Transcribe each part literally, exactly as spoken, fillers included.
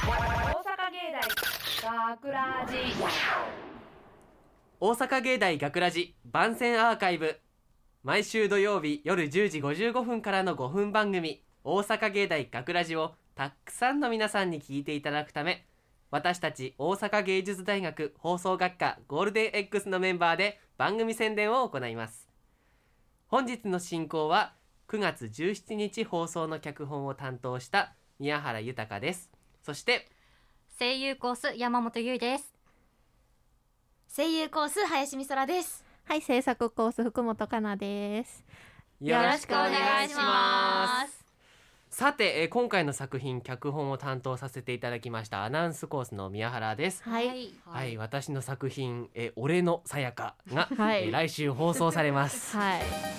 学ラジ大阪芸大学ラジ番宣アーカイブ、毎週土曜日夜じゅうじごじゅうごふんからのごふん番組大阪芸大学ラジをたくさんの皆さんに聞いていただくため、私たち大阪芸術大学放送学科ゴールデン X のメンバーで番組宣伝を行います。本日の進行はくがつじゅうしちにち放送の脚本を担当した宮原豊です。そして声優コース山本優です。 声優コース林美空です。 はい、制作コース福本香奈です。 よろしくお願いします。 さて、えー、今回の作品脚本を担当させていただきましたアナウンスコースの宮原です。 はい、 はいはい、私の作品、えー、俺のさやかが、 はいえー、来週放送されますはい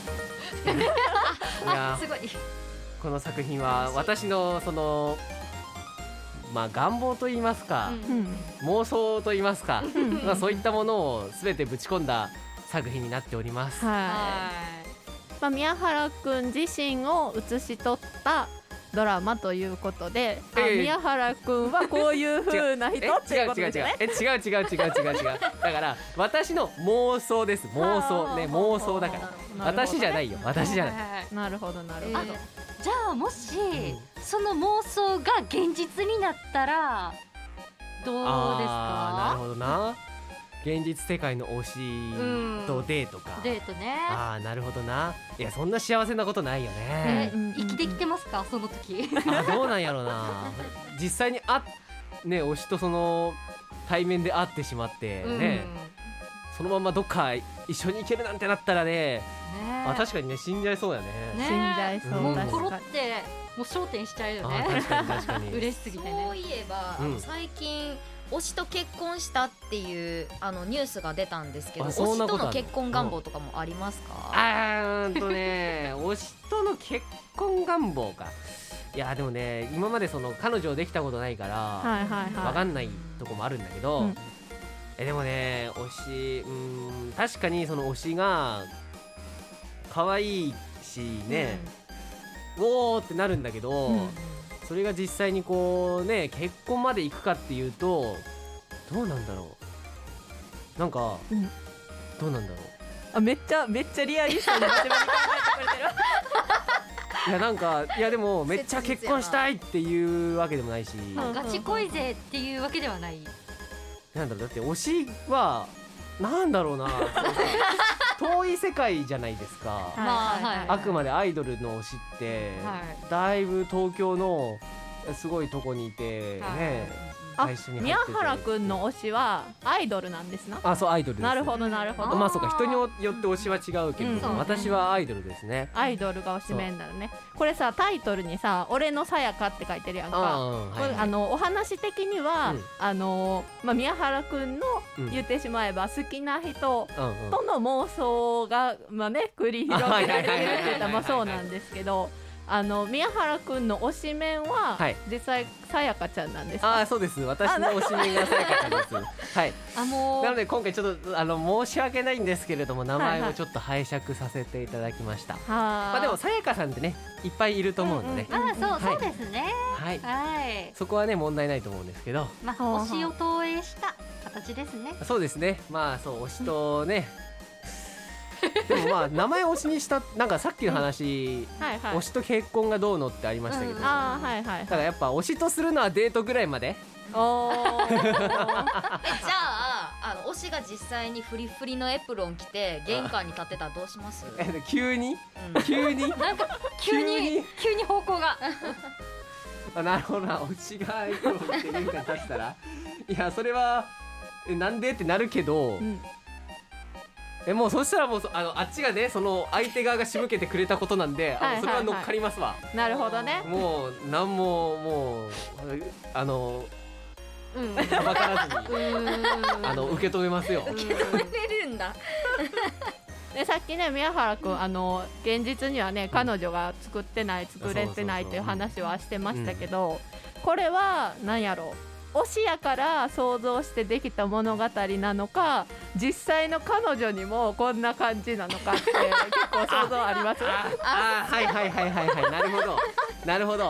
いやすごい。 この作品は私のそのまあ願望と言いますか、 うん、 妄想と言いますか、 うん、 まあ、そういったものをすべてぶち込んだ作品になっております。 はい、まあ、宮原くん自身を写し取ったドラマということで、えー、宮原くんはこういう風な人っていうことですね。 違う違う違う違う違う違う違う違うだから私の妄想です。妄想ね、妄想だから、私じゃないよ、私じゃない。 なるほどなるほど、えー、 じゃあもし、うん、その妄想が現実になったらどうですか？ あー、なるほどな。現実世界の推しとデートか、 うん、デートね。 あー、なるほどな。いや、そんな幸せなことないよね。 え、生きてきてますかその時？ あ、どうなんやろな。実際にあね、推しとその対面で会ってしまってね、うん、そのままどっか一緒に行けるなんてなったらね、ね、あ、確かにね、死んじゃいそうやね。 ね、死んじゃいそう、 もうコロってもう焦点しちゃうよね。 確かに確かに嬉しすぎてね。 そういえば、うん、あの最近推しと結婚したっていうあのニュースが出たんですけど、推しとの結婚願望とかもありますか？ あーんとね推しとの結婚願望か。いやでもね、今までその彼女できたことないから、はいはいはい、分かんないとこもあるんだけど、うん、えでもね、推し、うーん、確かにその推しが可愛いしね、うん、おーってなるんだけど、うん、それが実際にこうね、結婚まで行くかっていうとどうなんだろう。なんか、うん、どうなんだろう。 あ、めっちゃめっちゃリアリストに真面目に考えてくれてるいやなんか、いやでもめっちゃ結婚したいっていうわけでもないし、 ガチ恋勢っていうわけではない。 なんだろう、だって推しはなんだろうな遠い世界じゃないですか、まあはいはい、あくまでアイドルの推しって、はい、だいぶ東京のすごいとこにいて、はい、ね、 あ、宮原くんの推しはアイドルなんですな。 あ、そう、アイドルです。 なるほどなるほど。 まあそうか、人によって推しは違うけど、うん、私はアイドルですね。 アイドルが推しメンだよね。これさ、タイトルにさ、俺のさやかって書いてるやんか。あ、うん、はいはい、あのお話的には、うん、あのまあ、宮原くんの言ってしまえば好きな人との妄想が、まあね、繰り広げられてるって言ったらまあそうなんですけど、あの宮原くんの推しメンは、はい、実際さやかちゃんなんですか？ あ、そうです。私の推しメンがさやかちゃんですはい。あ、もうなので今回ちょっとあの申し訳ないんですけれども、名前をちょっと拝借させていただきました。はいはい、まあ、でもさやかさんってね、いっぱいいると思うので、 うんうん、あ、そう、はい、そうですね。 はい、はい、そこはね問題ないと思うんですけど、 まあ、推しを投影した形ですね。 そうですね。まあそう、推しとねでもまあ名前推しにした、なんかさっきの話、うん、はいはい、推しと結婚がどうのってありましたけど、うん、あ、はいはい、だからやっぱ推しとするのはデートぐらいまで。おえじゃあ、あの推しが実際にフリフリのエプロン着て玄関に立ってたらどうします？ え急に、うん、急になんか急に急に方向があ、なるほどな。推しがエプロン着て玄関に立ったらいや、それはえなんでってなるけど、うん、えもうそしたらもう あのあっちがね、その相手側が仕向けてくれたことなんで、あのそれは乗っかりますわ。 なるほどね。 もうなんももうあのはばからずにあの受け止めますよ。 受け止めれるんだでさっきね、宮原くん、あの現実にはね、彼女が作ってない作れてないっていう話はしてましたけど、これは何やろう、推しやから想像してできた物語なのか、実際の彼女にもこんな感じなのかって結構想像あります？ ああ、はいはいはいはいはい、なるほどなるほど。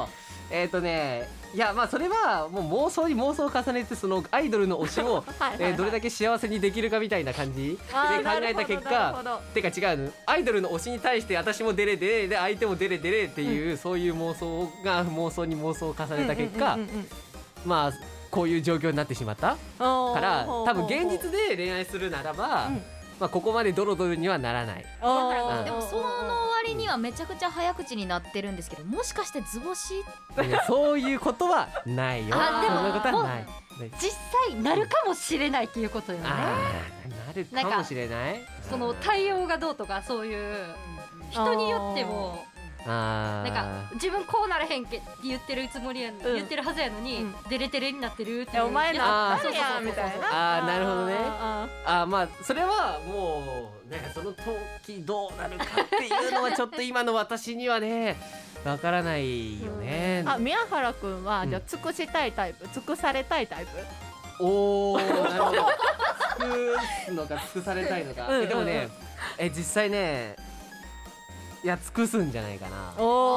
えっとねいやまあそれはもう妄想に妄想を重ねてそのアイドルの推しをはいはいはいえーどれだけ幸せにできるかみたいな感じで考あーえた結なるほどなる果てか違うのアイドルの推しに対して私もデレデレで相手もデレデレっていう、うん、そういう妄想が妄想に妄想を重ねた結果、うんうんうんうん、まあこういう状況になってしまったから多分現実で恋愛するならば、うんまあ、ここまでドロドロにはならない。 だからでもその割にはめちゃくちゃ早口になってるんですけど、もしかして図星そういうことはないよ。 あでもそんなことはない実際なるかもしれないっていうことよね。 なるかもしれない。 その対応がどうとかそういう人によってもあなんか自分こうならへんけって言ってるつもりや、うん、言ってるはずやのに、うん、デレデレになってるっていうお前なあそうそうそうみたいなあーなるほどねああまあそれはもうねその時どうなるかっていうのはちょっと今の私にはねわからないよね、 うん、あ宮原くんは、うん、じゃあ尽くしたいタイプ尽くされたいタイプおおなるほど尽くすのか尽くされたいのか、うんうんうん、えでもねえ実際ねいや尽くすんじゃないかな。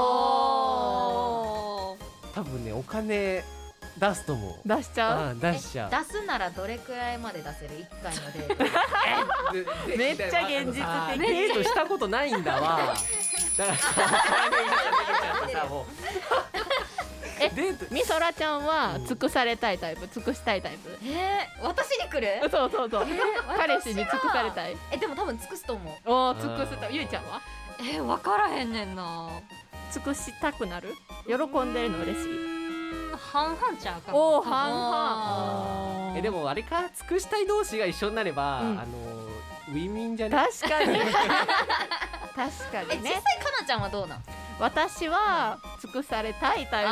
お多分ねお金出すと思う。 出しちゃう、 あ出しちゃう。 出すならどれくらいまで出せるいっかいのデートめっちゃ現実的。 デートしたことないんだわだからさもうえデートみそらちゃんは尽くされたいタイプ尽くしたいタイプ。 えー、私に来るそうそうそう、えー、彼氏に尽くされたい。 えでも多分尽くすと思う。 お尽くすとゆいちゃんはえー、分からへんねんな。 尽くしたくなる喜んでるの嬉しい半々ちゃうかも。お半々 えでもあれか尽くしたい同士が一緒になれば、うん、あのウィンウィンじゃね。 確かに確かにね。 え実際かなちゃんはどうなん。 私は尽くされたいタイプ。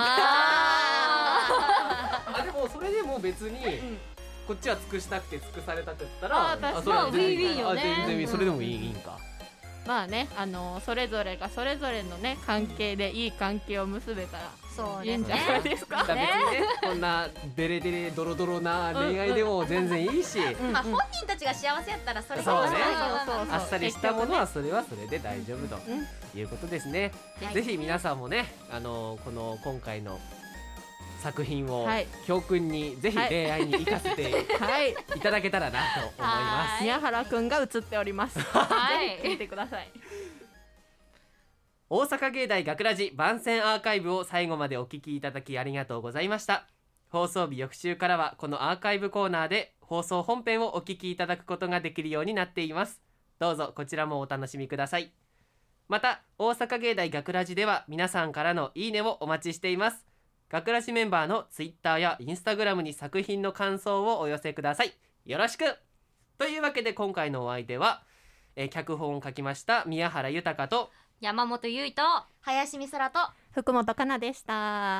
あでもそれでも別に、うんこっちは尽くしたくて尽くされたくったらあ確かにウィンウィンよね。 全然それでもいい、うん、いいんか。 まあね、あのー、それぞれがそれぞれのね関係でいい関係を結べたらいいんじゃないですか。 別にねこんなデレデレドロドロな恋愛でも全然いいし、 うんうん、まあ本人たちが幸せやったらそれがそうねあっさりしたものはそれはそれで大丈夫ということですね、うん、ぜひ皆さんもね、あのー、この今回の作品を教訓にぜひ恋愛に生かせていただけたらなと思います。 宮原くんが映っております。はい、ぜひ見てください。 大阪芸大学ラジ番宣アーカイブを最後までお聞きいただきありがとうございました。放送日翌週からはこのアーカイブコーナーで放送本編をお聞きいただくことができるようになっています。どうぞこちらもお楽しみください。また大阪芸大学ラジでは皆さんからのいいねをお待ちしています。学ラジメンバーのツイッターやインスタグラムに作品の感想をお寄せください。よろしく。というわけで今回のお相手は、えー、脚本を書きました宮原豊と山本優衣と林美空と福本香奈でした。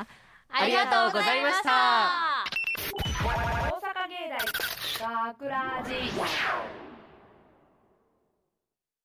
ありがとうございました。 大阪芸大学ラジ